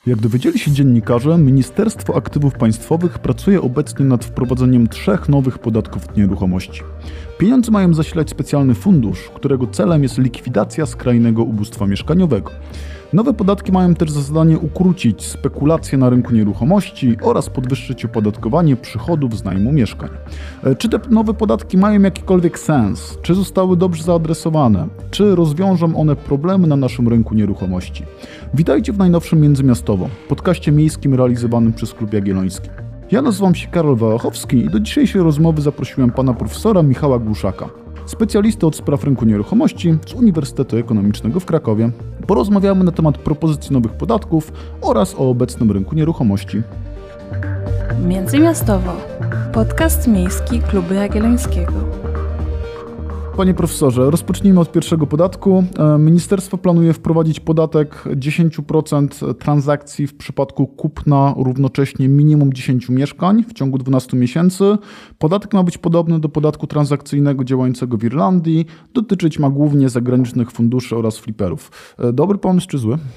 Jak dowiedzieli się dziennikarze, Ministerstwo Aktywów Państwowych pracuje obecnie nad wprowadzeniem 3 nowych podatków od nieruchomości. Pieniądze mają zasilać specjalny fundusz, którego celem jest likwidacja skrajnego ubóstwa mieszkaniowego. Nowe podatki mają też za zadanie ukrócić spekulacje na rynku nieruchomości oraz podwyższyć opodatkowanie przychodów z najmu mieszkań. Czy te nowe podatki mają jakikolwiek sens? Czy zostały dobrze zaadresowane? Czy rozwiążą one problemy na naszym rynku nieruchomości? Witajcie w najnowszym Międzymiastowo, podcaście miejskim realizowanym przez Klub Jagielloński. Ja nazywam się Karol Wałachowski i do dzisiejszej rozmowy zaprosiłem pana profesora Michała Głuszaka, specjalistę od spraw rynku nieruchomości z Uniwersytetu Ekonomicznego w Krakowie. Porozmawiamy na temat propozycji nowych podatków oraz o obecnym rynku nieruchomości. Międzymiastowo. Podcast miejski Klubu Jagiellońskiego. Panie profesorze, rozpocznijmy od pierwszego podatku. Ministerstwo planuje wprowadzić podatek 10% transakcji w przypadku kupna równocześnie minimum 10 mieszkań w ciągu 12 miesięcy. Podatek ma być podobny do podatku transakcyjnego działającego w Irlandii. Dotyczyć ma głównie zagranicznych funduszy oraz fliperów. Dobry pomysł czy zły?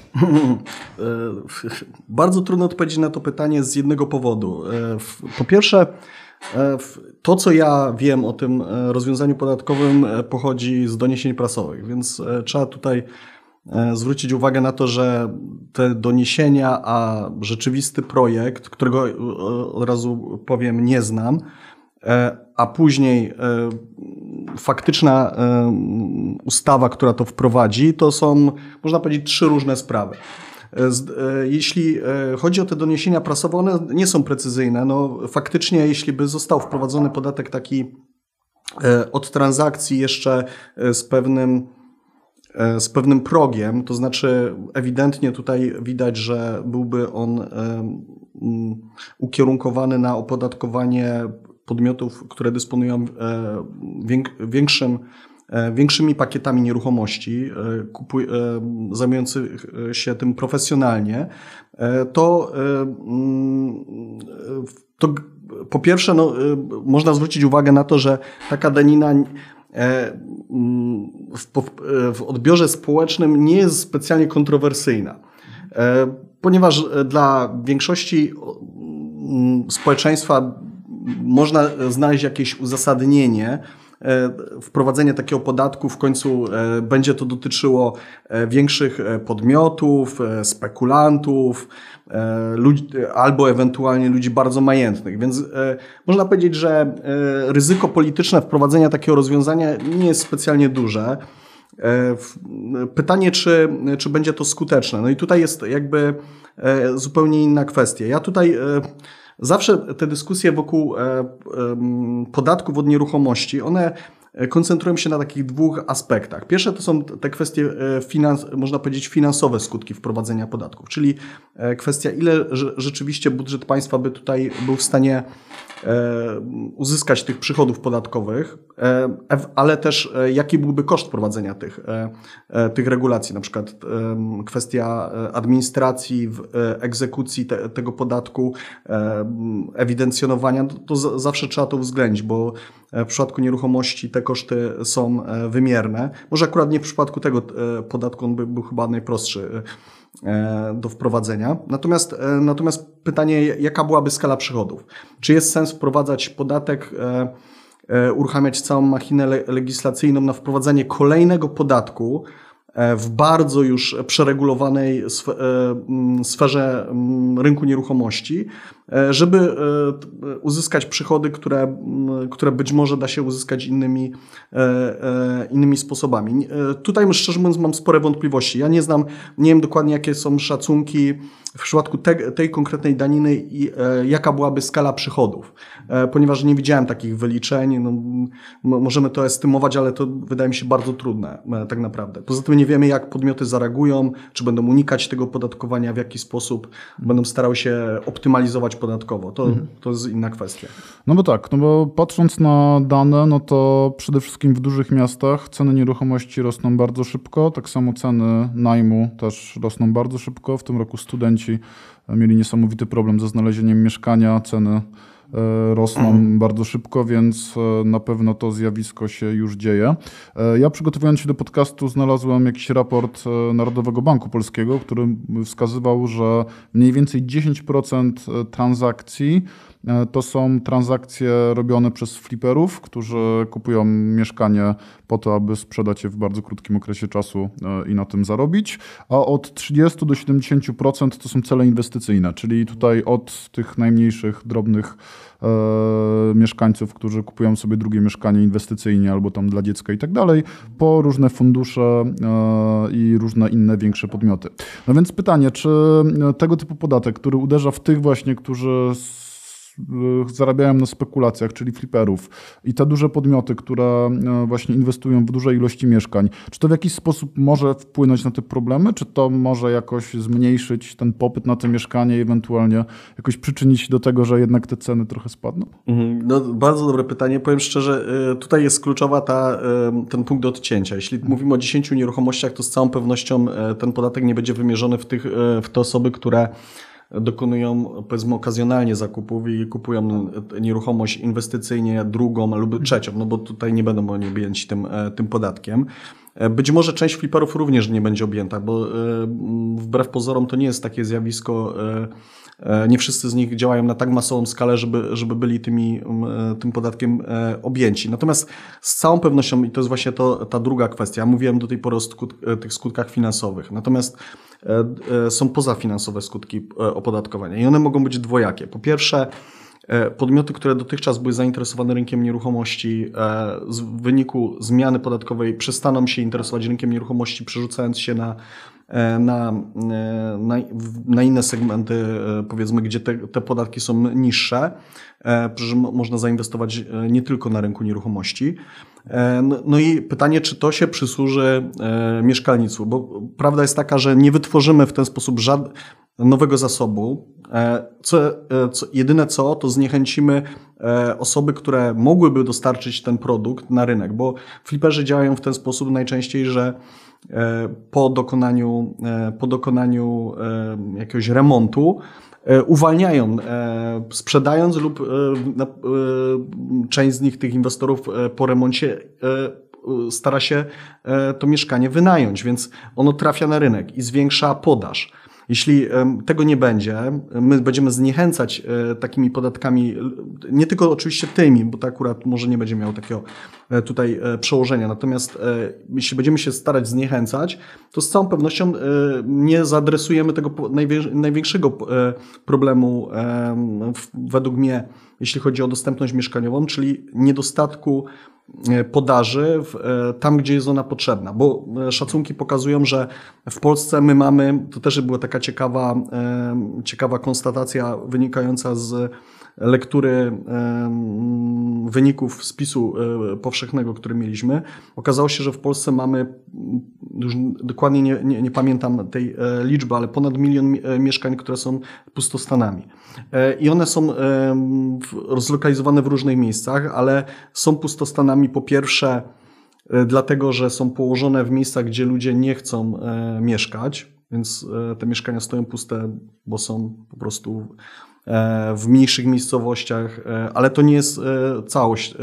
Bardzo trudno odpowiedzieć na to pytanie z jednego powodu. Po pierwsze, to, co ja wiem o tym rozwiązaniu podatkowym, pochodzi z doniesień prasowych, więc trzeba tutaj zwrócić uwagę na to, że te doniesienia, a rzeczywisty projekt, którego od razu powiem nie znam, a później faktyczna ustawa, która to wprowadzi, to są, można powiedzieć, 3 różne sprawy. Jeśli chodzi o te doniesienia prasowe, one nie są precyzyjne. No, faktycznie, jeśli by został wprowadzony podatek taki od transakcji jeszcze z pewnym progiem, to znaczy ewidentnie tutaj widać, że byłby on ukierunkowany na opodatkowanie podmiotów, które dysponują większymi pakietami nieruchomości, zajmujących się tym profesjonalnie, to po pierwsze można zwrócić uwagę na to, że taka danina w odbiorze społecznym nie jest specjalnie kontrowersyjna, ponieważ dla większości społeczeństwa można znaleźć jakieś uzasadnienie wprowadzenie takiego podatku. W końcu będzie to dotyczyło większych podmiotów, spekulantów, ludzi, albo ewentualnie ludzi bardzo majętnych. Więc można powiedzieć, że ryzyko polityczne wprowadzenia takiego rozwiązania nie jest specjalnie duże. Pytanie, czy będzie to skuteczne. No i tutaj jest jakby zupełnie inna kwestia. Ja tutaj zawsze te dyskusje wokół podatków od nieruchomości, one koncentrują się na takich 2 aspektach. Pierwsze to są te kwestie, można powiedzieć, finansowe skutki wprowadzenia podatków, czyli kwestia, ile rzeczywiście budżet państwa by tutaj był w stanie uzyskać tych przychodów podatkowych, ale też jaki byłby koszt wprowadzenia tych regulacji, na przykład kwestia administracji, egzekucji tego podatku, ewidencjonowania, to zawsze trzeba to uwzględnić, bo w przypadku nieruchomości te koszty są wymierne. Może akurat nie w przypadku tego podatku, on by był chyba najprostszy do wprowadzenia. Natomiast pytanie, jaka byłaby skala przychodów? Czy jest sens wprowadzać podatek, uruchamiać całą machinę legislacyjną na wprowadzenie kolejnego podatku w bardzo już przeregulowanej sferze rynku nieruchomości, żeby uzyskać przychody, które być może da się uzyskać innymi sposobami. Tutaj szczerze mówiąc mam spore wątpliwości. Ja nie wiem dokładnie jakie są szacunki w przypadku tej konkretnej daniny i jaka byłaby skala przychodów, ponieważ nie widziałem takich wyliczeń. No, możemy to estymować, ale to wydaje mi się bardzo trudne tak naprawdę. Poza tym nie wiemy, jak podmioty zareagują, czy będą unikać tego opodatkowania, w jaki sposób będą starały się optymalizować podatkowo. To jest inna kwestia. No bo tak, no bo patrząc na dane, no to przede wszystkim w dużych miastach ceny nieruchomości rosną bardzo szybko, tak samo ceny najmu też rosną bardzo szybko. W tym roku studenci mieli niesamowity problem ze znalezieniem mieszkania, ceny rosną bardzo szybko, więc na pewno to zjawisko się już dzieje. Ja przygotowując się do podcastu znalazłem jakiś raport Narodowego Banku Polskiego, który wskazywał, że mniej więcej 10% transakcji to są transakcje robione przez fliperów, którzy kupują mieszkanie po to, aby sprzedać je w bardzo krótkim okresie czasu i na tym zarobić, a od 30 do 70% to są cele inwestycyjne, czyli tutaj od tych najmniejszych, drobnych mieszkańców, którzy kupują sobie drugie mieszkanie inwestycyjnie albo tam dla dziecka i tak dalej, po różne fundusze i różne inne większe podmioty. No więc pytanie, czy tego typu podatek, który uderza w tych właśnie, którzy zarabiają na spekulacjach, czyli fliperów i te duże podmioty, które właśnie inwestują w duże ilości mieszkań, czy to w jakiś sposób może wpłynąć na te problemy, czy to może jakoś zmniejszyć ten popyt na te mieszkanie i ewentualnie jakoś przyczynić się do tego, że jednak te ceny trochę spadną? No, bardzo dobre pytanie. Powiem szczerze, tutaj jest kluczowa ten punkt odcięcia. Jeśli mówimy o 10 nieruchomościach, to z całą pewnością ten podatek nie będzie wymierzony w te osoby, które dokonują, powiedzmy, okazjonalnie zakupów i kupują nieruchomość inwestycyjnie, drugą lub trzecią, no bo tutaj nie będą oni objęci tym podatkiem. Być może część fliperów również nie będzie objęta, bo wbrew pozorom to nie jest takie zjawisko, nie wszyscy z nich działają na tak masową skalę, żeby byli tym podatkiem objęci. Natomiast z całą pewnością, i to jest właśnie ta druga kwestia, mówiłem do tej pory o tych skutkach finansowych, natomiast są pozafinansowe skutki opodatkowania i one mogą być dwojakie. Po pierwsze, podmioty, które dotychczas były zainteresowane rynkiem nieruchomości, w wyniku zmiany podatkowej przestaną się interesować rynkiem nieruchomości, przerzucając się na inne segmenty, powiedzmy, gdzie te podatki są niższe, że można zainwestować nie tylko na rynku nieruchomości. No i pytanie, czy to się przysłuży mieszkalnictwu, bo prawda jest taka, że nie wytworzymy w ten sposób nowego zasobu. Jedyne to zniechęcimy osoby, które mogłyby dostarczyć ten produkt na rynek, bo fliperzy działają w ten sposób najczęściej, że po dokonaniu jakiegoś remontu uwalniają, sprzedając lub część z nich, tych inwestorów po remoncie stara się to mieszkanie wynająć, więc ono trafia na rynek i zwiększa podaż. Jeśli tego nie będzie, my będziemy zniechęcać takimi podatkami, nie tylko oczywiście tymi, bo to akurat może nie będzie miało takiego tutaj przełożenia, natomiast jeśli będziemy się starać zniechęcać, to z całą pewnością nie zaadresujemy tego największego problemu według mnie, jeśli chodzi o dostępność mieszkaniową, czyli niedostatku podaży tam, gdzie jest ona potrzebna, bo szacunki pokazują, że w Polsce my mamy, to też była taka ciekawa konstatacja wynikająca z lektury wyników spisu powszechnego, który mieliśmy. Okazało się, że w Polsce mamy, już dokładnie nie pamiętam tej liczby, ale ponad 1 000 000 mieszkań, które są pustostanami. I one są zlokalizowane w różnych miejscach, ale są pustostanami po pierwsze dlatego, że są położone w miejscach, gdzie ludzie nie chcą mieszkać, więc te mieszkania stoją puste, bo są po prostu w mniejszych miejscowościach, ale to nie jest całość,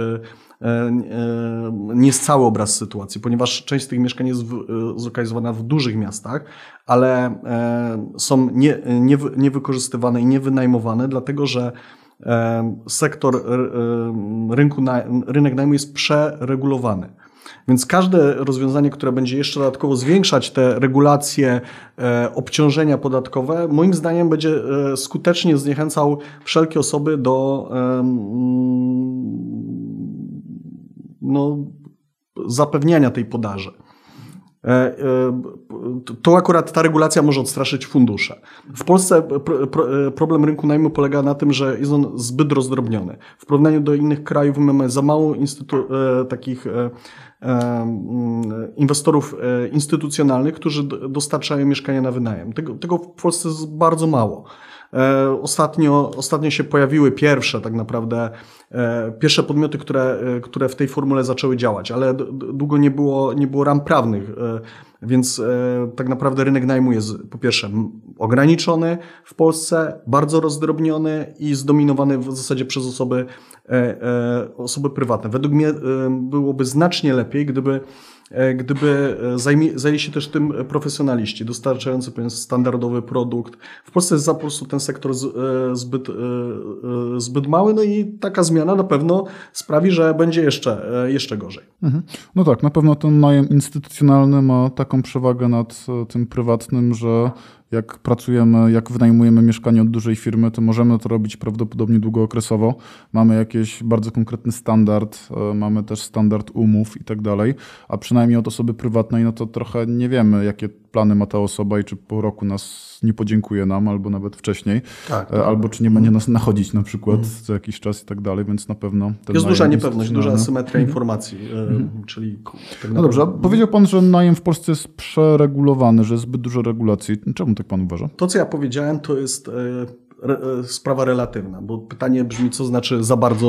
nie jest cały obraz sytuacji, ponieważ część z tych mieszkań jest zlokalizowana w dużych miastach, ale są niewykorzystywane i niewynajmowane, dlatego że sektor rynek najmu jest przeregulowany. Więc każde rozwiązanie, które będzie jeszcze dodatkowo zwiększać te regulacje, obciążenia podatkowe, moim zdaniem będzie skutecznie zniechęcał wszelkie osoby do zapewniania tej podaży. To akurat ta regulacja może odstraszyć fundusze. W Polsce problem rynku najmu polega na tym, że jest on zbyt rozdrobniony. W porównaniu do innych krajów mamy za mało takich inwestorów instytucjonalnych, którzy dostarczają mieszkania na wynajem. Tego w Polsce jest bardzo mało. Ostatnio się pojawiły pierwsze podmioty, które w tej formule zaczęły działać, ale długo nie było ram prawnych Więc tak naprawdę rynek najmu jest po pierwsze ograniczony w Polsce, bardzo rozdrobniony i zdominowany w zasadzie przez osoby prywatne. Według mnie byłoby znacznie lepiej, gdyby zajęli się też tym profesjonaliści, dostarczający pewien standardowy produkt. W Polsce jest po prostu ten sektor zbyt mały, no i taka zmiana na pewno sprawi, że będzie jeszcze gorzej. No tak, na pewno ten najem instytucjonalny ma taką przewagę nad tym prywatnym, że jak wynajmujemy mieszkanie od dużej firmy, to możemy to robić prawdopodobnie długookresowo. Mamy jakiś bardzo konkretny standard, mamy też standard umów i tak dalej, a przynajmniej od osoby prywatnej, no to trochę nie wiemy, jakie plany ma ta osoba i czy po roku nas nie podziękuje nam, albo nawet wcześniej, albo czy nie będzie nas nachodzić na przykład co jakiś czas i tak dalej, więc na pewno ten jest duża niepewność, duża asymetria informacji, czyli... Tak no dobrze, a powiedział pan, że najem w Polsce jest przeregulowany, że jest zbyt dużo regulacji. Czemu tak pan uważa? To, co ja powiedziałem, to jest sprawa relatywna, bo pytanie brzmi, co znaczy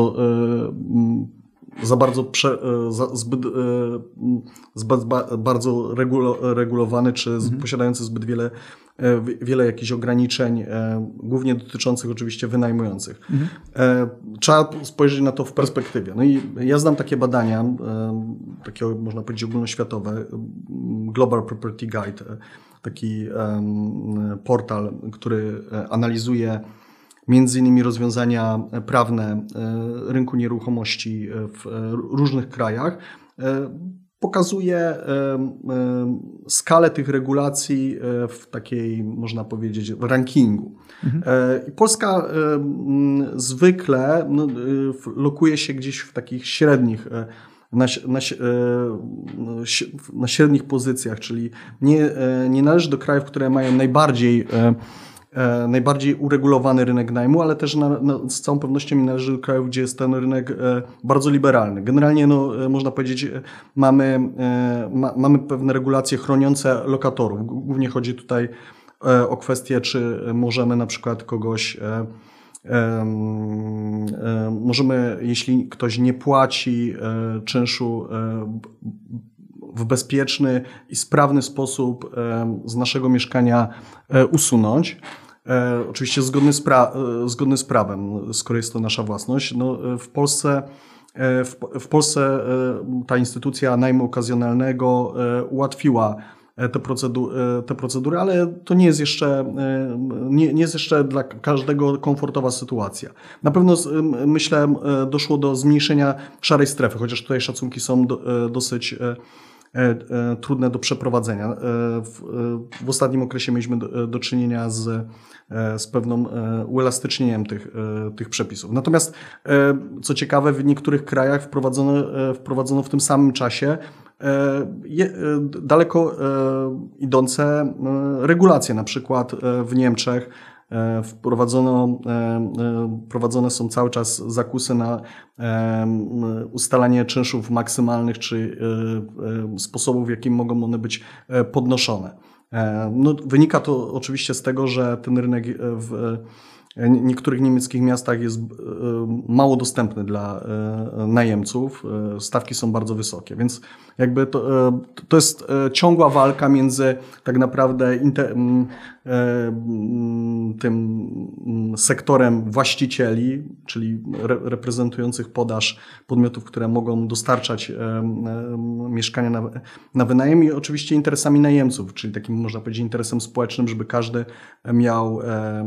zbyt bardzo regulowany, czy posiadający zbyt wiele jakichś ograniczeń, głównie dotyczących oczywiście wynajmujących. Trzeba spojrzeć na to w perspektywie. No i ja znam takie badania, takie można powiedzieć ogólnoświatowe, Global Property Guide, taki portal, który analizuje między innymi rozwiązania prawne rynku nieruchomości w różnych krajach, pokazuje skalę tych regulacji w takiej, można powiedzieć, rankingu. I Polska zwykle lokuje się gdzieś w takich średnich, na średnich pozycjach, czyli nie należy do krajów, które mają najbardziej uregulowany rynek najmu, ale też z całą pewnością nie należy do krajów, gdzie jest ten rynek bardzo liberalny. Generalnie można powiedzieć, mamy pewne regulacje chroniące lokatorów. Głównie chodzi tutaj o kwestię, czy możemy na przykład kogoś jeśli ktoś nie płaci czynszu w bezpieczny i sprawny sposób z naszego mieszkania usunąć. Oczywiście zgodny z prawem, skoro jest to nasza własność. W Polsce ta instytucja najmu okazjonalnego ułatwiła te procedury, ale to nie jest jeszcze dla każdego komfortowa sytuacja. Na pewno myślę, doszło do zmniejszenia szarej strefy, chociaż tutaj szacunki są dosyć trudne do przeprowadzenia. W ostatnim okresie mieliśmy do czynienia z pewnym uelastycznieniem tych przepisów. Natomiast, co ciekawe, w niektórych krajach wprowadzono w tym samym czasie daleko idące regulacje. Na przykład w Niemczech prowadzone są cały czas zakusy na ustalanie czynszów maksymalnych czy sposobów, w jakim mogą one być podnoszone. Wynika to oczywiście z tego, że ten rynek w niektórych niemieckich miastach jest mało dostępny dla najemców. Stawki są bardzo wysokie, więc jakby to jest ciągła walka między tak naprawdę tym sektorem właścicieli, czyli reprezentujących podaż podmiotów, które mogą dostarczać mieszkania na wynajem i oczywiście interesami najemców, czyli takim można powiedzieć interesem społecznym, żeby każdy miał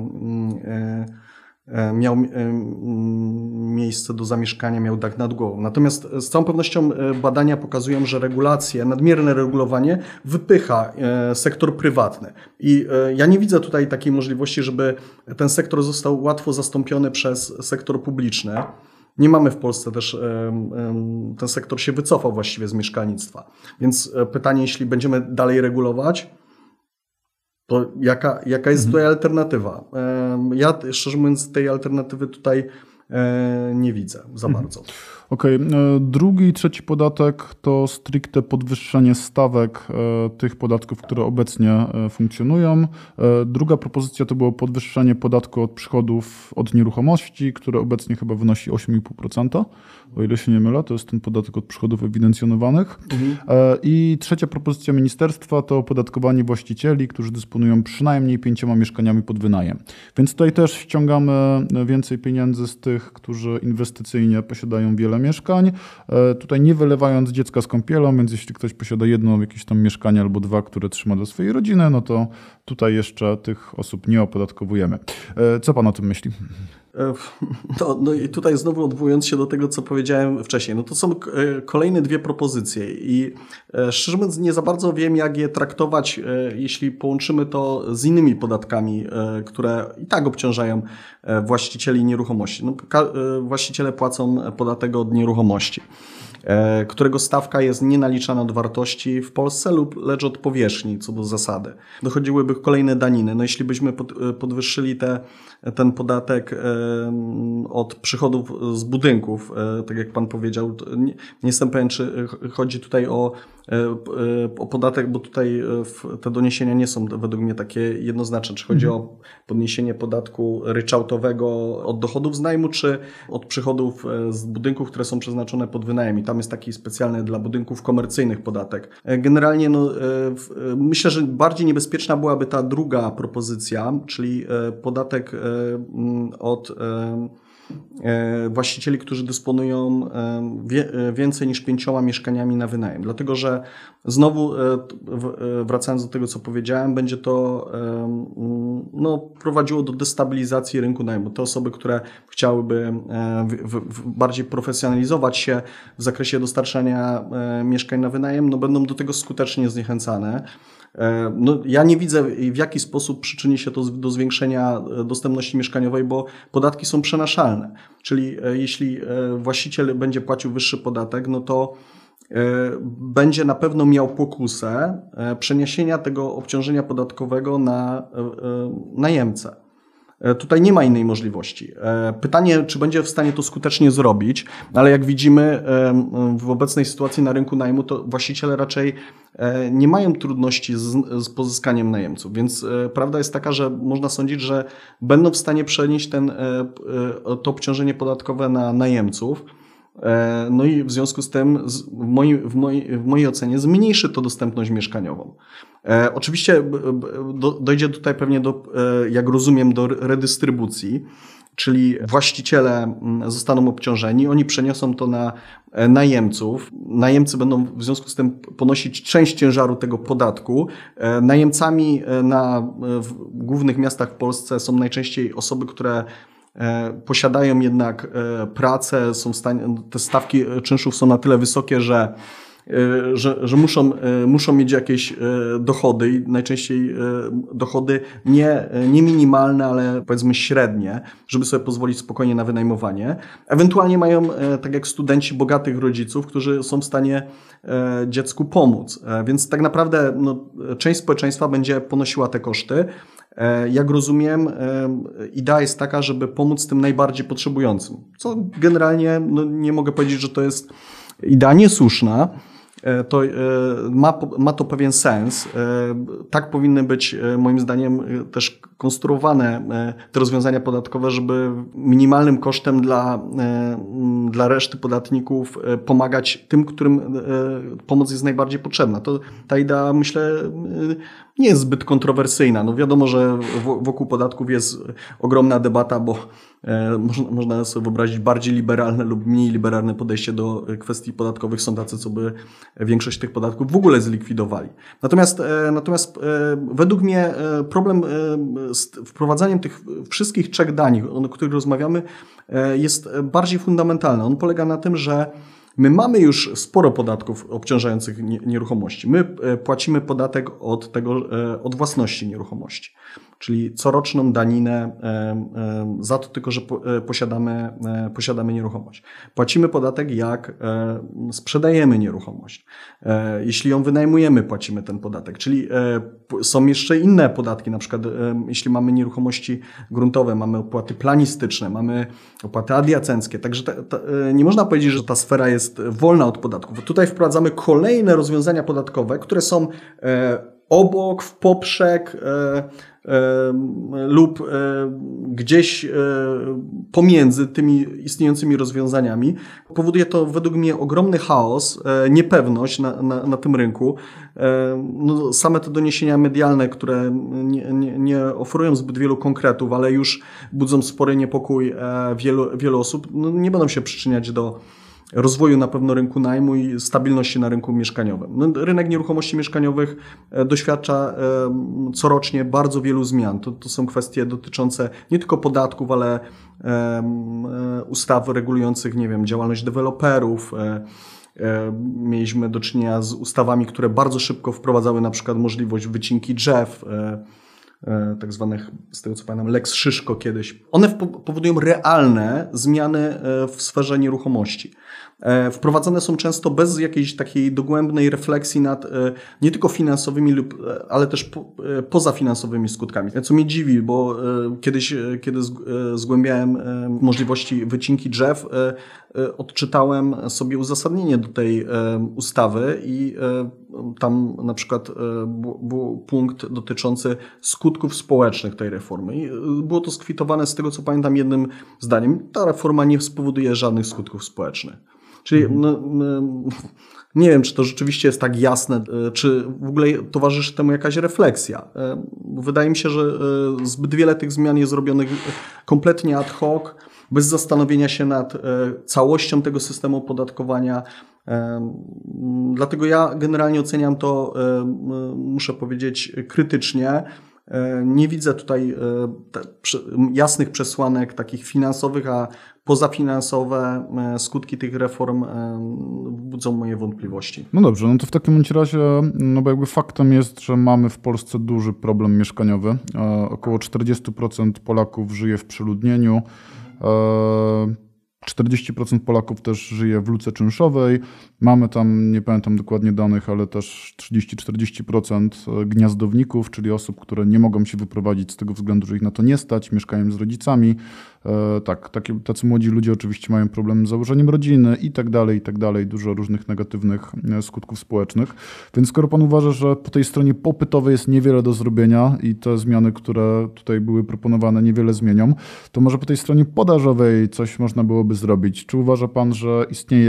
miejsce do zamieszkania, miał dach nad głową. Natomiast z całą pewnością badania pokazują, że nadmierne regulowanie wypycha sektor prywatny. I ja nie widzę tutaj takiej możliwości, żeby ten sektor został łatwo zastąpiony przez sektor publiczny. Nie mamy w Polsce też, ten sektor się wycofał właściwie z mieszkalnictwa. Więc pytanie, jeśli będziemy dalej regulować, to jaka jest tutaj alternatywa? Ja szczerze mówiąc tej alternatywy tutaj nie widzę za bardzo. Okej. Drugi i trzeci podatek to stricte podwyższenie stawek tych podatków, które obecnie funkcjonują. Druga propozycja to było podwyższenie podatku od przychodów od nieruchomości, które obecnie chyba wynosi 8,5%, o ile się nie mylę, to jest ten podatek od przychodów ewidencjonowanych. I trzecia propozycja ministerstwa to opodatkowanie właścicieli, którzy dysponują przynajmniej 5 mieszkaniami pod wynajem. Więc tutaj też ściągamy więcej pieniędzy z tych, którzy inwestycyjnie posiadają wiele mieszkań. Tutaj nie wylewając dziecka z kąpielą, więc jeśli ktoś posiada jedno jakieś tam mieszkanie albo dwa, które trzyma dla swojej rodziny, no to tutaj jeszcze tych osób nie opodatkowujemy. Co pan o tym myśli? No i tutaj znowu odwołując się do tego, co powiedziałem wcześniej, no to są kolejne dwie propozycje i szczerze mówiąc nie za bardzo wiem, jak je traktować, jeśli połączymy to z innymi podatkami, które i tak obciążają właścicieli nieruchomości. No, właściciele płacą podatek od nieruchomości, którego stawka jest nienaliczana od wartości w Polsce lecz od powierzchni co do zasady. Dochodziłyby kolejne daniny. No jeśli byśmy podwyższyli ten podatek od przychodów z budynków, tak jak pan powiedział, nie jestem pewien, czy chodzi tutaj o podatek, bo tutaj te doniesienia nie są według mnie takie jednoznaczne. Czy chodzi o podniesienie podatku ryczałtowego od dochodów z najmu, czy od przychodów z budynków, które są przeznaczone pod wynajem. I tam jest taki specjalny dla budynków komercyjnych podatek. Generalnie myślę, że bardziej niebezpieczna byłaby ta druga propozycja, czyli podatek od właścicieli, którzy dysponują więcej niż 5 mieszkaniami na wynajem. Dlatego, że znowu wracając do tego, co powiedziałem, będzie to prowadziło do destabilizacji rynku najmu. Te osoby, które chciałyby bardziej profesjonalizować się w zakresie dostarczania mieszkań na wynajem, będą do tego skutecznie zniechęcane. Ja nie widzę, w jaki sposób przyczyni się to do zwiększenia dostępności mieszkaniowej, bo podatki są przenaszalne. Czyli jeśli właściciel będzie płacił wyższy podatek, to będzie na pewno miał pokusę przeniesienia tego obciążenia podatkowego na najemcę. Tutaj nie ma innej możliwości. Pytanie, czy będzie w stanie to skutecznie zrobić, ale jak widzimy w obecnej sytuacji na rynku najmu, to właściciele raczej nie mają trudności z pozyskaniem najemców, więc prawda jest taka, że można sądzić, że będą w stanie przenieść to obciążenie podatkowe na najemców. No i w związku z tym w mojej ocenie zmniejszy to dostępność mieszkaniową. Oczywiście dojdzie tutaj pewnie jak rozumiem, do redystrybucji, czyli właściciele zostaną obciążeni, oni przeniosą to na najemców. Najemcy będą w związku z tym ponosić część ciężaru tego podatku. Najemcami w głównych miastach w Polsce są najczęściej osoby, które posiadają jednak pracę, są w stanie, te stawki czynszów są na tyle wysokie, że muszą mieć jakieś dochody i najczęściej dochody nie minimalne, ale powiedzmy średnie, żeby sobie pozwolić spokojnie na wynajmowanie. Ewentualnie mają, tak jak studenci, bogatych rodziców, którzy są w stanie dziecku pomóc. Więc tak naprawdę część społeczeństwa będzie ponosiła te koszty. Jak rozumiem, idea jest taka, żeby pomóc tym najbardziej potrzebującym, co generalnie nie mogę powiedzieć, że to jest idea niesłuszna. To ma to pewien sens. Tak powinny być moim zdaniem też konstruowane te rozwiązania podatkowe, żeby minimalnym kosztem dla reszty podatników pomagać tym, którym pomoc jest najbardziej potrzebna. Ta idea, myślę, nie jest zbyt kontrowersyjna. Wiadomo, że wokół podatków jest ogromna debata, bo można sobie wyobrazić bardziej liberalne lub mniej liberalne podejście do kwestii podatkowych. Są tacy, co by większość tych podatków w ogóle zlikwidowali. Natomiast według mnie problem z wprowadzaniem tych wszystkich trzech danin, o których rozmawiamy, jest bardziej fundamentalny. On polega na tym, że my mamy już sporo podatków obciążających nieruchomości. My płacimy podatek od własności nieruchomości. czyli coroczną daninę za to tylko, że posiadamy nieruchomość. Płacimy podatek, jak sprzedajemy nieruchomość. Jeśli ją wynajmujemy, płacimy ten podatek. Czyli są jeszcze inne podatki, na przykład jeśli mamy nieruchomości gruntowe, mamy opłaty planistyczne, mamy opłaty adiacenckie. Także nie można powiedzieć, że ta sfera jest wolna od podatków. Tutaj wprowadzamy kolejne rozwiązania podatkowe, które są obok, w poprzek lub gdzieś pomiędzy tymi istniejącymi rozwiązaniami. Powoduje to według mnie ogromny chaos, niepewność na tym rynku. No, same te doniesienia medialne, które nie oferują zbyt wielu konkretów, ale już budzą spory niepokój wielu osób, no, nie będą się przyczyniać do rozwoju na pewno rynku najmu i stabilności na rynku mieszkaniowym. No, rynek nieruchomości mieszkaniowych doświadcza corocznie bardzo wielu zmian. To są kwestie dotyczące nie tylko podatków, ale ustaw regulujących, nie wiem, działalność deweloperów. Mieliśmy do czynienia z ustawami, które bardzo szybko wprowadzały na przykład możliwość wycinki drzew, tak zwanych, z tego co pamiętam, Lex Szyszko kiedyś. One powodują realne zmiany w sferze nieruchomości. Wprowadzane są często bez jakiejś takiej dogłębnej refleksji nad nie tylko finansowymi, ale też pozafinansowymi skutkami. Co mnie dziwi, bo kiedy zgłębiałem możliwości wycinki drzew, odczytałem sobie uzasadnienie do tej ustawy i tam na przykład był punkt dotyczący skutków społecznych tej reformy. I było to skwitowane z tego, co pamiętam, jednym zdaniem. Ta reforma nie spowoduje żadnych skutków społecznych. Czyli nie wiem, czy to rzeczywiście jest tak jasne, czy w ogóle towarzyszy temu jakaś refleksja. Wydaje mi się, że zbyt wiele tych zmian jest zrobionych kompletnie ad hoc, bez zastanowienia się nad całością tego systemu opodatkowania. Dlatego ja generalnie oceniam to, muszę powiedzieć, krytycznie. Nie widzę tutaj jasnych przesłanek takich finansowych, a pozafinansowe skutki tych reform budzą moje wątpliwości. No dobrze, no to w takim bądź razie, no bo jakby faktem jest, że mamy w Polsce duży problem mieszkaniowy. Około 40% Polaków żyje w przeludnieniu. 40% Polaków też żyje w luce czynszowej. Mamy tam, nie pamiętam dokładnie danych, ale też 30-40% gniazdowników, czyli osób, które nie mogą się wyprowadzić z tego względu, że ich na to nie stać, mieszkają z rodzicami. Tacy młodzi ludzie oczywiście mają problem z założeniem rodziny i tak dalej, dużo różnych negatywnych skutków społecznych. Więc skoro pan uważa, że po tej stronie popytowej jest niewiele do zrobienia i te zmiany, które tutaj były proponowane, niewiele zmienią, to może po tej stronie podażowej coś można byłoby zrobić. Czy uważa pan, że istnieje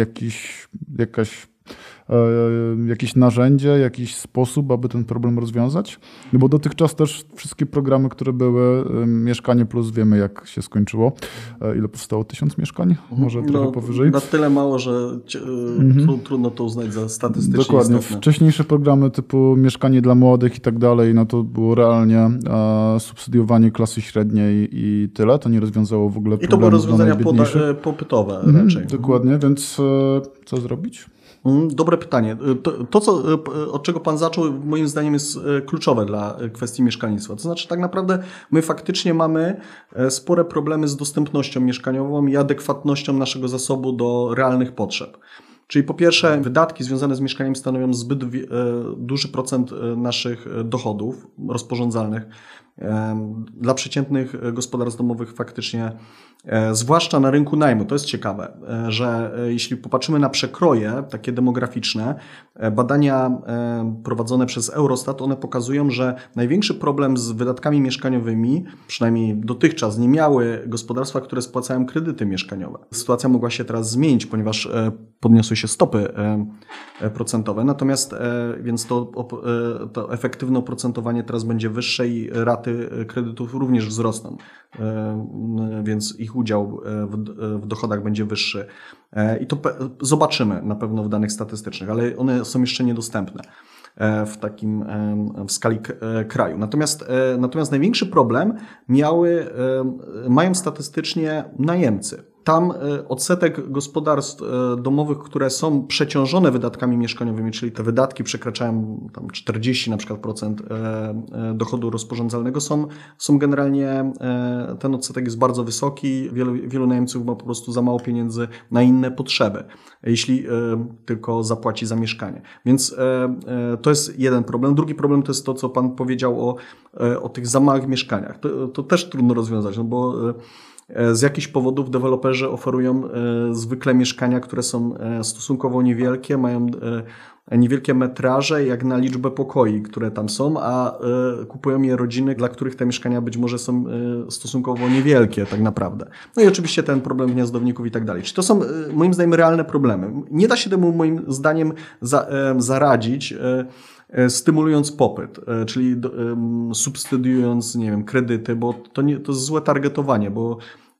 jakieś narzędzie, jakiś sposób, aby ten problem rozwiązać? No bo dotychczas też wszystkie programy, które były, Mieszkanie Plus, wiemy jak się skończyło. Ile powstało? 1000 mieszkań? Może trochę powyżej? Na tyle mało, że trudno to uznać za statystycznie Dokładnie. istotne. Wcześniejsze programy typu Mieszkanie dla młodych i tak dalej, no to było realnie subsydiowanie klasy średniej i tyle. To nie rozwiązało w ogóle problemu. I to były rozwiązania popytowe raczej. Dokładnie, więc co zrobić? Dobre pytanie. Od czego pan zaczął, moim zdaniem jest kluczowe dla kwestii mieszkalnictwa. To znaczy tak naprawdę my faktycznie mamy spore problemy z dostępnością mieszkaniową i adekwatnością naszego zasobu do realnych potrzeb. Czyli po pierwsze wydatki związane z mieszkaniem stanowią zbyt duży procent naszych dochodów rozporządzalnych. Dla przeciętnych gospodarstw domowych faktycznie, zwłaszcza na rynku najmu, to jest ciekawe, że jeśli popatrzymy na przekroje takie demograficzne, badania prowadzone przez Eurostat, one pokazują, że największy problem z wydatkami mieszkaniowymi, przynajmniej dotychczas, nie miały gospodarstwa, które spłacają kredyty mieszkaniowe. Sytuacja mogła się teraz zmienić, ponieważ podniosły się stopy procentowe, natomiast więc to efektywne oprocentowanie teraz będzie wyższe i raty kredytów również wzrosną, więc ich udział w dochodach będzie wyższy. I to zobaczymy na pewno w danych statystycznych, ale one są jeszcze niedostępne w skali kraju. Natomiast największy problem mają statystycznie najemcy. tam odsetek gospodarstw domowych, które są przeciążone wydatkami mieszkaniowymi, czyli te wydatki przekraczają tam 40 na przykład procent dochodu rozporządzalnego, są generalnie, ten odsetek jest bardzo wysoki. Wielu najemców ma po prostu za mało pieniędzy na inne potrzeby, jeśli tylko zapłaci za mieszkanie. Więc to jest jeden problem. Drugi problem to jest to, co Pan powiedział o tych za małych mieszkaniach. To też trudno rozwiązać, no bo z jakichś powodów deweloperzy oferują zwykle mieszkania, które są stosunkowo niewielkie, mają niewielkie metraże jak na liczbę pokoi, które tam są, a kupują je rodziny, dla których te mieszkania być może są stosunkowo niewielkie tak naprawdę. No i oczywiście ten problem gniazdowników i tak dalej. Czy to są moim zdaniem realne problemy? Nie da się temu moim zdaniem zaradzić stymulując popyt, czyli subsydiując, nie wiem, kredyty, bo to jest złe targetowanie, bo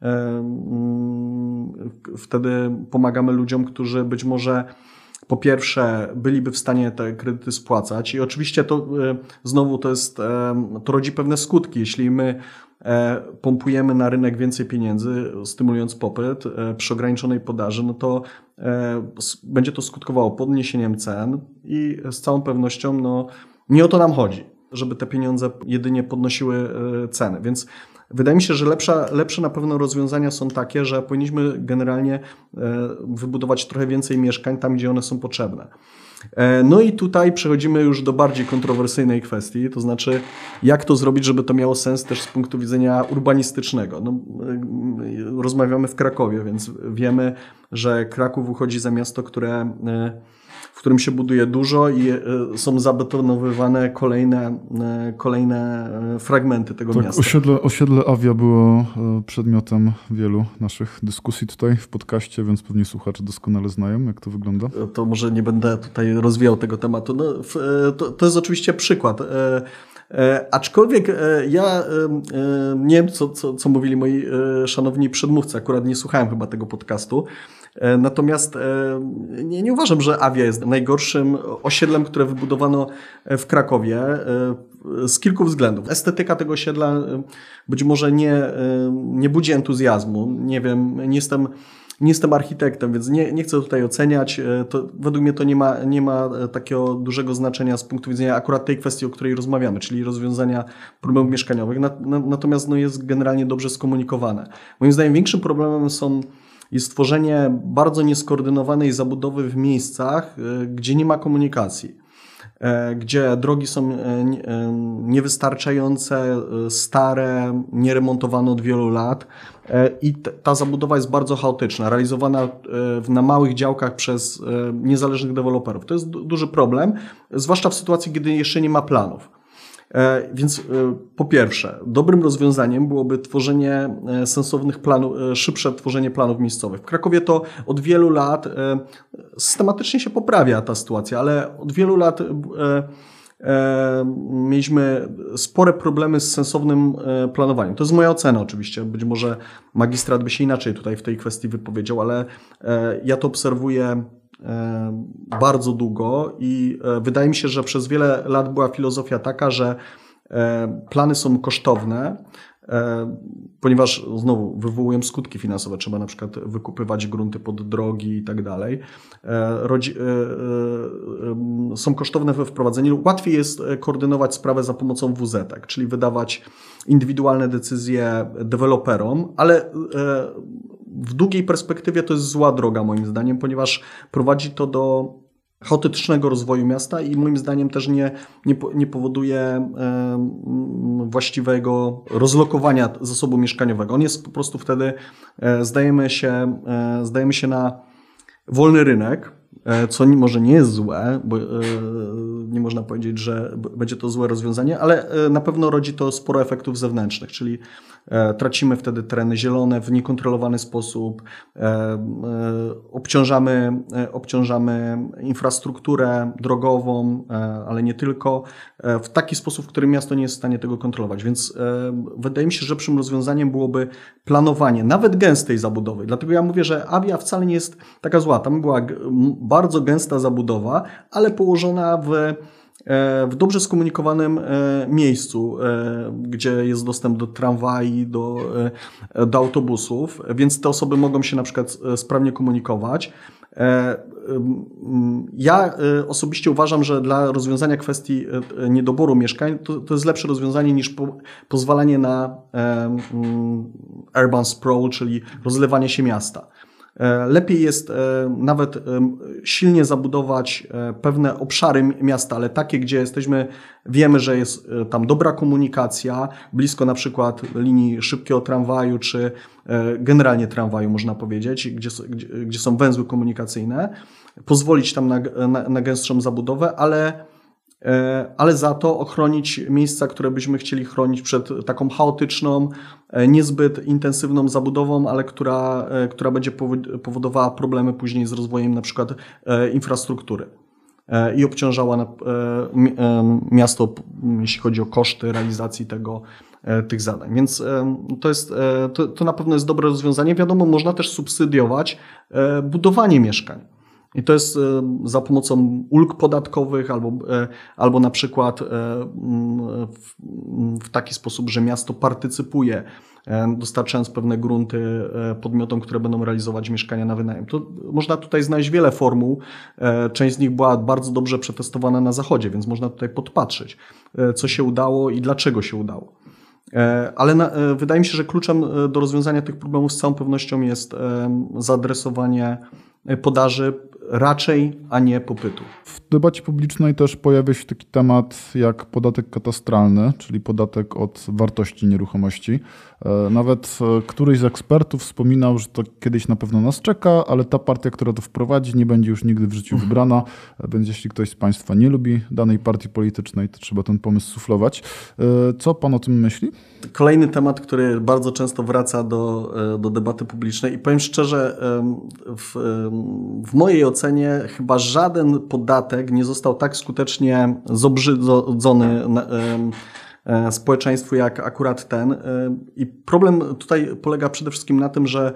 wtedy pomagamy ludziom, którzy być może po pierwsze byliby w stanie te kredyty spłacać i oczywiście to znowu to rodzi pewne skutki. Jeśli my pompujemy na rynek więcej pieniędzy, stymulując popyt przy ograniczonej podaży, no to będzie to skutkowało podniesieniem cen i z całą pewnością nie o to nam chodzi, żeby te pieniądze jedynie podnosiły ceny. Więc wydaje mi się, że lepsze na pewno rozwiązania są takie, że powinniśmy generalnie wybudować trochę więcej mieszkań tam, gdzie one są potrzebne. No i tutaj przechodzimy już do bardziej kontrowersyjnej kwestii, to znaczy jak to zrobić, żeby to miało sens też z punktu widzenia urbanistycznego. Rozmawiamy w Krakowie, więc wiemy, że Kraków uchodzi za miasto, w którym się buduje dużo i są zabetonowywane kolejne fragmenty tego miasta. Osiedle Avia było przedmiotem wielu naszych dyskusji tutaj w podcaście, więc pewnie słuchacze doskonale znają, jak to wygląda. To może nie będę tutaj rozwijał tego tematu. To jest oczywiście przykład. Aczkolwiek ja nie wiem, co mówili moi szanowni przedmówcy, akurat nie słuchałem chyba tego podcastu, natomiast nie uważam, że Avia jest najgorszym osiedlem, które wybudowano w Krakowie z kilku względów. Estetyka tego osiedla być może nie budzi entuzjazmu, nie wiem, nie jestem architektem, więc nie chcę tutaj oceniać. Według mnie to nie ma takiego dużego znaczenia z punktu widzenia akurat tej kwestii, o której rozmawiamy, czyli rozwiązania problemów mieszkaniowych. Natomiast jest generalnie dobrze skomunikowane. Moim zdaniem większym problemem jest tworzenie bardzo nieskoordynowanej zabudowy w miejscach, gdzie nie ma komunikacji, gdzie drogi są niewystarczające, stare, nieremontowane od wielu lat i ta zabudowa jest bardzo chaotyczna, realizowana na małych działkach przez niezależnych deweloperów. To jest duży problem, zwłaszcza w sytuacji, kiedy jeszcze nie ma planów. Więc po pierwsze, dobrym rozwiązaniem byłoby tworzenie sensownych planów, szybsze tworzenie planów miejscowych. W Krakowie to od wielu lat systematycznie się poprawia ta sytuacja, ale od wielu lat mieliśmy spore problemy z sensownym planowaniem. To jest moja ocena oczywiście. Być może magistrat by się inaczej tutaj w tej kwestii wypowiedział, ale ja to obserwuję bardzo długo i wydaje mi się, że przez wiele lat była filozofia taka, że plany są kosztowne, ponieważ znowu wywołują skutki finansowe. Trzeba na przykład wykupywać grunty pod drogi i tak dalej. Są kosztowne we wprowadzeniu. Łatwiej jest koordynować sprawę za pomocą WZ-ek, czyli wydawać indywidualne decyzje deweloperom, ale w długiej perspektywie to jest zła droga moim zdaniem, ponieważ prowadzi to do chaotycznego rozwoju miasta i moim zdaniem też nie powoduje właściwego rozlokowania zasobu mieszkaniowego. On jest po prostu wtedy, zdajemy się na wolny rynek, co może nie jest złe, bo nie można powiedzieć, że będzie to złe rozwiązanie, ale na pewno rodzi to sporo efektów zewnętrznych, czyli tracimy wtedy tereny zielone w niekontrolowany sposób, obciążamy infrastrukturę drogową, ale nie tylko, w taki sposób, w którym miasto nie jest w stanie tego kontrolować. Więc wydaje mi się, że lepszym rozwiązaniem byłoby planowanie, nawet gęstej zabudowy. Dlatego ja mówię, że Avia wcale nie jest taka zła. Tam była bardzo gęsta zabudowa, ale położona w dobrze skomunikowanym miejscu, gdzie jest dostęp do tramwaj, do autobusów, więc te osoby mogą się na przykład sprawnie komunikować. Ja osobiście uważam, że dla rozwiązania kwestii niedoboru mieszkań to jest lepsze rozwiązanie niż pozwalanie na urban sprawl, czyli rozlewanie się miasta. Lepiej jest nawet silnie zabudować pewne obszary miasta, ale takie, gdzie wiemy, że jest tam dobra komunikacja, blisko na przykład linii szybkiego tramwaju, czy generalnie tramwaju, można powiedzieć, gdzie są węzły komunikacyjne, pozwolić tam na gęstszą zabudowę, ale za to ochronić miejsca, które byśmy chcieli chronić przed taką chaotyczną, niezbyt intensywną zabudową, ale która będzie powodowała problemy później z rozwojem na przykład infrastruktury i obciążała miasto, jeśli chodzi o koszty realizacji tych zadań. Więc to na pewno jest dobre rozwiązanie. Wiadomo, można też subsydiować budowanie mieszkań. I to jest za pomocą ulg podatkowych albo na przykład w taki sposób, że miasto partycypuje, dostarczając pewne grunty podmiotom, które będą realizować mieszkania na wynajem. To można tutaj znaleźć wiele formuł. Część z nich była bardzo dobrze przetestowana na Zachodzie, więc można tutaj podpatrzeć, co się udało i dlaczego się udało. Ale wydaje mi się, że kluczem do rozwiązania tych problemów z całą pewnością jest zaadresowanie podaży raczej, a nie popytu. W debacie publicznej też pojawia się taki temat jak podatek katastralny, czyli podatek od wartości nieruchomości. Nawet któryś z ekspertów wspominał, że to kiedyś na pewno nas czeka, ale ta partia, która to wprowadzi, nie będzie już nigdy w życiu wybrana, więc jeśli ktoś z Państwa nie lubi danej partii politycznej, to trzeba ten pomysł suflować. Co Pan o tym myśli? Kolejny temat, który bardzo często wraca do debaty publicznej i powiem szczerze, w mojej ocenie chyba żaden podatek nie został tak skutecznie zobrzydzony społeczeństwu jak akurat ten. I problem tutaj polega przede wszystkim na tym, że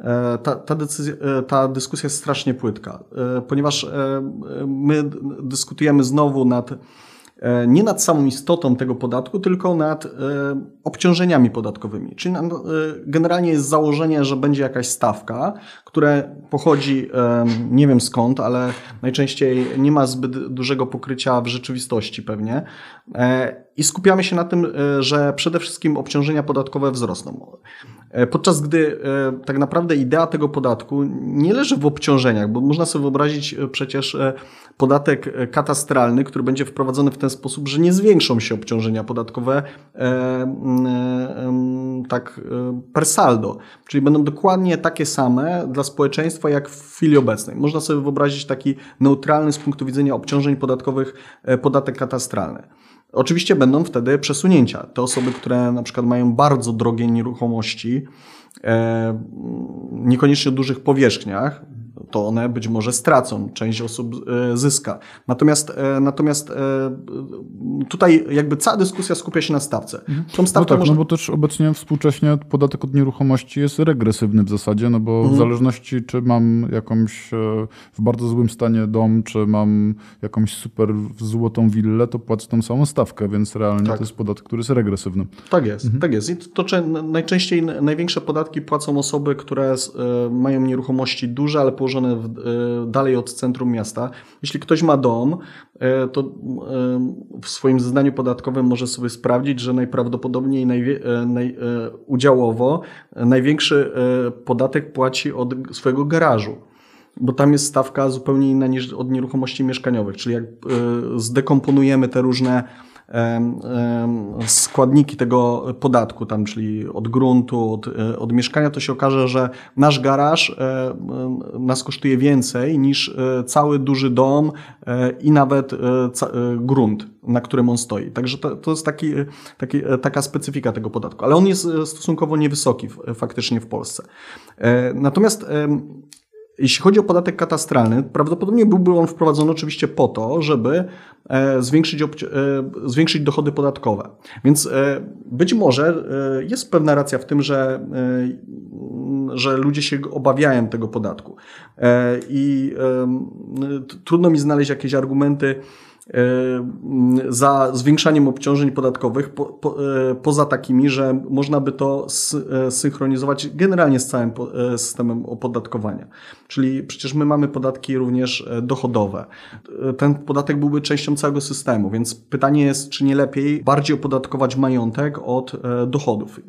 ta dyskusja jest strasznie płytka, ponieważ my dyskutujemy znowu nie nad samą istotą tego podatku, tylko nad obciążeniami podatkowymi. Czyli generalnie jest założenie, że będzie jakaś stawka, która pochodzi nie wiem skąd, ale najczęściej nie ma zbyt dużego pokrycia w rzeczywistości pewnie. I skupiamy się na tym, że przede wszystkim obciążenia podatkowe wzrosną. Podczas gdy tak naprawdę idea tego podatku nie leży w obciążeniach, bo można sobie wyobrazić przecież podatek katastralny, który będzie wprowadzony w ten sposób, że nie zwiększą się obciążenia podatkowe tak per saldo, czyli będą dokładnie takie same dla społeczeństwa jak w chwili obecnej. Można sobie wyobrazić taki neutralny z punktu widzenia obciążeń podatkowych podatek katastralny. Oczywiście będą wtedy przesunięcia. Te osoby, które na przykład mają bardzo drogie nieruchomości, niekoniecznie o dużych powierzchniach, to one być może stracą, część osób zyska. Natomiast tutaj jakby cała dyskusja skupia się na stawce. Tą stawkę no bo też obecnie współcześnie podatek od nieruchomości jest regresywny w zasadzie, no bo w zależności czy mam jakąś w bardzo złym stanie dom, czy mam jakąś super złotą willę, to płacę tą samą stawkę, więc realnie to jest podatek, który jest regresywny. Tak jest, tak jest. I to najczęściej największe podatki płacą osoby, które mają nieruchomości duże, ale położone dalej od centrum miasta. Jeśli ktoś ma dom, to w swoim zeznaniu podatkowym może sobie sprawdzić, że najprawdopodobniej udziałowo największy podatek płaci od swojego garażu, bo tam jest stawka zupełnie inna niż od nieruchomości mieszkaniowych, czyli jak zdekomponujemy te różne składniki tego podatku, tam, czyli od gruntu, od mieszkania, to się okaże, że nasz garaż nas kosztuje więcej niż cały duży dom i nawet grunt, na którym on stoi. Także to jest taka specyfika tego podatku, ale on jest stosunkowo niewysoki faktycznie w Polsce. Natomiast jeśli chodzi o podatek katastralny, prawdopodobnie byłby on wprowadzony oczywiście po to, żeby zwiększyć dochody podatkowe. Więc być może jest pewna racja w tym, że ludzie się obawiają tego podatku. I trudno mi znaleźć jakieś argumenty za zwiększaniem obciążeń podatkowych, poza takimi, że można by to synchronizować generalnie z całym systemem opodatkowania. Czyli przecież my mamy podatki również dochodowe. Ten podatek byłby częścią całego systemu, więc pytanie jest, czy nie lepiej bardziej opodatkować majątek od dochodów.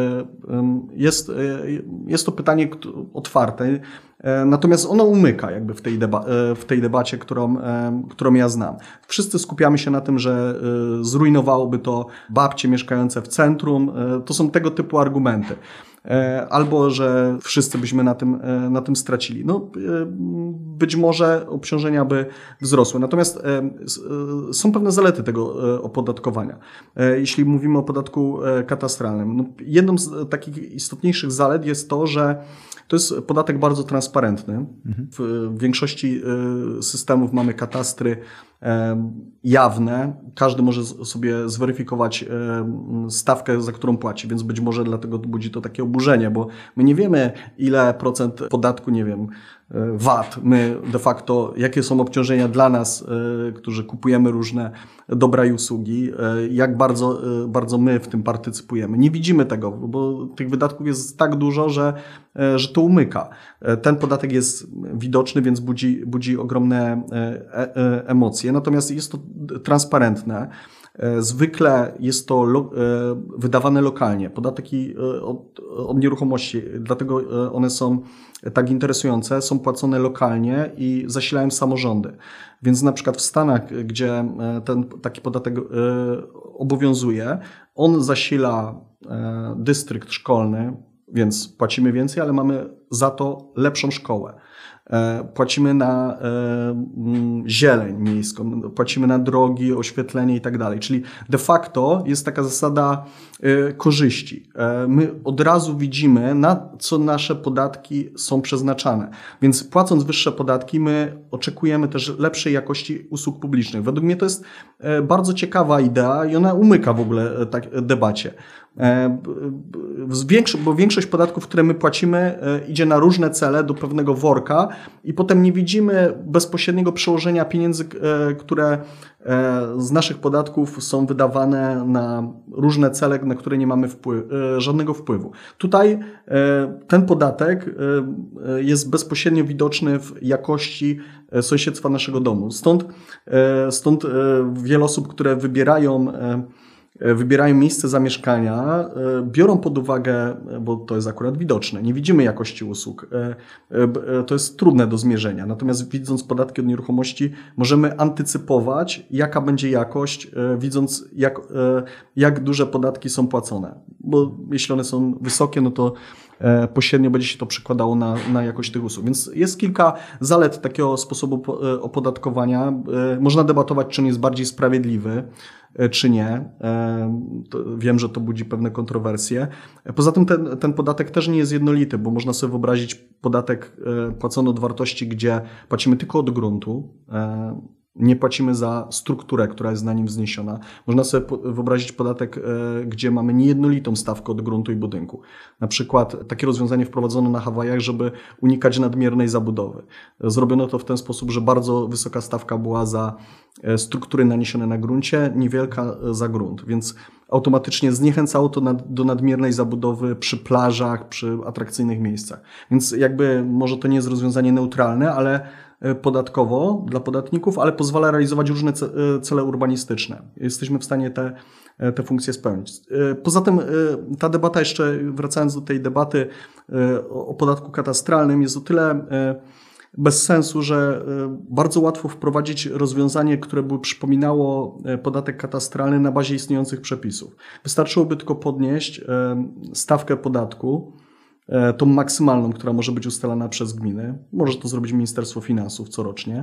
Jest to pytanie otwarte, natomiast ono umyka jakby w tej debacie, którą ja znam. Wszyscy skupiamy się na tym, że zrujnowałoby to babcie mieszkające w centrum. To są tego typu argumenty. Albo, że wszyscy byśmy na tym stracili. No, być może obciążenia by wzrosły. Natomiast są pewne zalety tego opodatkowania. Jeśli mówimy o podatku katastralnym, no, jedną z takich istotniejszych zalet jest to, że to jest podatek bardzo transparentny. W większości systemów mamy katastry jawne. Każdy może sobie zweryfikować stawkę, za którą płaci, więc być może dlatego budzi to takie oburzenie, bo my nie wiemy, ile procent podatku, nie wiem, VAT, my de facto, jakie są obciążenia dla nas, którzy kupujemy różne dobra i usługi, jak bardzo my w tym partycypujemy. Nie widzimy tego, bo tych wydatków jest tak dużo, że to umyka. Ten podatek jest widoczny, więc budzi ogromne emocje. Natomiast jest to transparentne. Zwykle jest to wydawane lokalnie. Podatki od nieruchomości, dlatego one są tak interesujące, są płacone lokalnie i zasilają samorządy. Więc na przykład w Stanach, gdzie taki podatek obowiązuje, on zasila dystrykt szkolny, więc płacimy więcej, ale mamy za to lepszą szkołę. Płacimy na zieleń miejską, płacimy na drogi, oświetlenie i tak dalej. Czyli de facto jest taka zasada korzyści. My od razu widzimy, na co nasze podatki są przeznaczane. Więc płacąc wyższe podatki, my oczekujemy też lepszej jakości usług publicznych. Według mnie to jest bardzo ciekawa idea i ona umyka w ogóle debacie. Bo większość podatków, które my płacimy, idzie na różne cele do pewnego worka i potem nie widzimy bezpośredniego przełożenia pieniędzy, które z naszych podatków są wydawane na różne cele, na które nie mamy żadnego wpływu. Tutaj ten podatek jest bezpośrednio widoczny w jakości sąsiedztwa naszego domu. Stąd wiele osób, które wybierają miejsce zamieszkania, biorą pod uwagę, bo to jest akurat widoczne, nie widzimy jakości usług. To jest trudne do zmierzenia. Natomiast widząc podatki od nieruchomości, możemy antycypować, jaka będzie jakość, widząc jak duże podatki są płacone. Bo jeśli one są wysokie, no to pośrednio będzie się to przekładało na jakość tych usług. Więc jest kilka zalet takiego sposobu opodatkowania. Można debatować, czy on jest bardziej sprawiedliwy, czy nie. Wiem, że to budzi pewne kontrowersje. Poza tym ten podatek też nie jest jednolity, bo można sobie wyobrazić podatek płacony od wartości, gdzie płacimy tylko od gruntu, nie płacimy za strukturę, która jest na nim wzniesiona. Można sobie wyobrazić podatek, gdzie mamy niejednolitą stawkę od gruntu i budynku. Na przykład takie rozwiązanie wprowadzono na Hawajach, żeby unikać nadmiernej zabudowy. Zrobiono to w ten sposób, że bardzo wysoka stawka była za struktury naniesione na gruncie, niewielka za grunt, więc automatycznie zniechęcało to do nadmiernej zabudowy przy plażach, przy atrakcyjnych miejscach. Więc jakby może to nie jest rozwiązanie neutralne, ale podatkowo dla podatników, ale pozwala realizować różne cele urbanistyczne. Jesteśmy w stanie te funkcje spełnić. Poza tym ta debata, jeszcze wracając do tej debaty o podatku katastralnym, jest o tyle bez sensu, że bardzo łatwo wprowadzić rozwiązanie, które by przypominało podatek katastralny na bazie istniejących przepisów. Wystarczyłoby tylko podnieść stawkę podatku, tą maksymalną, która może być ustalana przez gminy. Może to zrobić Ministerstwo Finansów corocznie.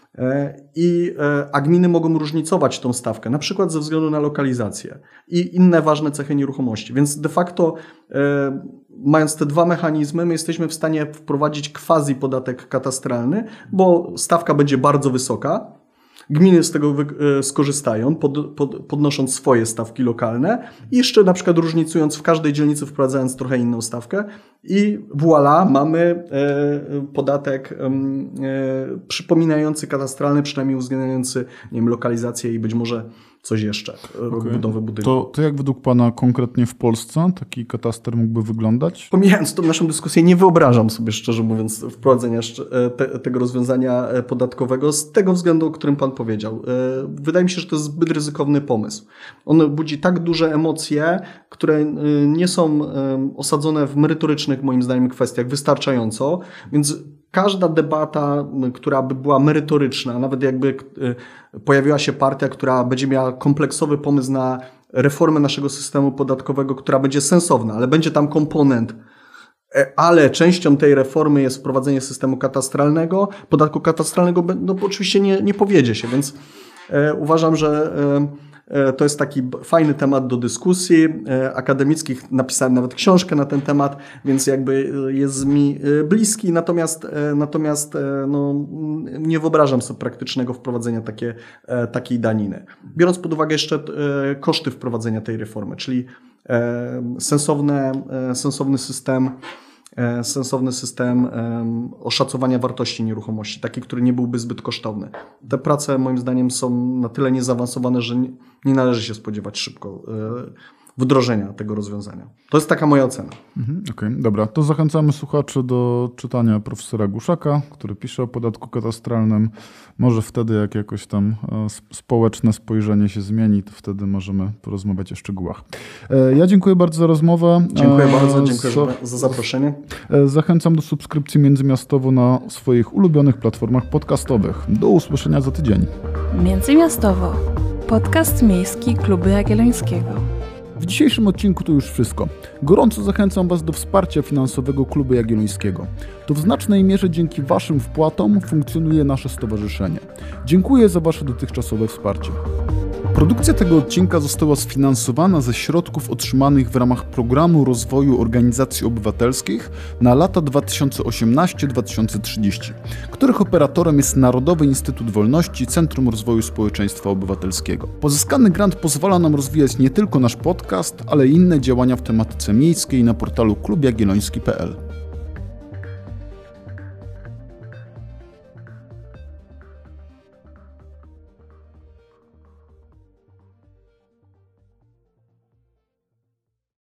A gminy mogą różnicować tą stawkę, na przykład ze względu na lokalizację i inne ważne cechy nieruchomości. Więc de facto mając te dwa mechanizmy, my jesteśmy w stanie wprowadzić quasi podatek katastralny, bo stawka będzie bardzo wysoka, Gminy z tego skorzystają, podnosząc swoje stawki lokalne i jeszcze na przykład różnicując w każdej dzielnicy, wprowadzając trochę inną stawkę i voilà, mamy podatek przypominający katastralny, przynajmniej uwzględniający, nie wiem, lokalizację i być może coś jeszcze, budowę budynku. To jak według Pana konkretnie w Polsce taki kataster mógłby wyglądać? Pomijając tą naszą dyskusję, nie wyobrażam sobie, szczerze mówiąc, wprowadzenia tego rozwiązania podatkowego z tego względu, o którym Pan powiedział. Wydaje mi się, że to jest zbyt ryzykowny pomysł. On budzi tak duże emocje, które nie są osadzone w merytorycznych, moim zdaniem, kwestiach wystarczająco, więc każda debata, która by była merytoryczna, nawet jakby pojawiła się partia, która będzie miała kompleksowy pomysł na reformę naszego systemu podatkowego, która będzie sensowna, ale będzie tam komponent, ale częścią tej reformy jest wprowadzenie systemu katastralnego, podatku katastralnego, no bo oczywiście nie powiedzie się, więc uważam, że to jest taki fajny temat do dyskusji akademickich. Napisałem nawet książkę na ten temat, więc jakby jest mi bliski. Natomiast no, nie wyobrażam sobie praktycznego wprowadzenia takiej daniny. Biorąc pod uwagę jeszcze koszty wprowadzenia tej reformy, czyli sensowny system oszacowania wartości nieruchomości, taki, który nie byłby zbyt kosztowny. Te prace moim zdaniem są na tyle niezaawansowane, że nie należy się spodziewać szybko wdrożenia tego rozwiązania. To jest taka moja ocena. Okej, dobra. To zachęcamy słuchaczy do czytania profesora Guszaka, który pisze o podatku katastralnym. Może wtedy, jak jakoś tam społeczne spojrzenie się zmieni, to wtedy możemy porozmawiać o szczegółach. Ja dziękuję bardzo za rozmowę. Dziękuję bardzo, dziękuję za zaproszenie. Zachęcam do subskrypcji Międzymiastowo na swoich ulubionych platformach podcastowych. Do usłyszenia za tydzień. Międzymiastowo. Podcast miejski Klubu Jagiellońskiego. W dzisiejszym odcinku to już wszystko. Gorąco zachęcam Was do wsparcia finansowego Klubu Jagiellońskiego. To w znacznej mierze dzięki Waszym wpłatom funkcjonuje nasze stowarzyszenie. Dziękuję za Wasze dotychczasowe wsparcie. Produkcja tego odcinka została sfinansowana ze środków otrzymanych w ramach Programu Rozwoju Organizacji Obywatelskich na lata 2018-2030, których operatorem jest Narodowy Instytut Wolności - Centrum Rozwoju Społeczeństwa Obywatelskiego. Pozyskany grant pozwala nam rozwijać nie tylko nasz podcast, ale i inne działania w tematyce miejskiej na portalu klubjagielloński.pl.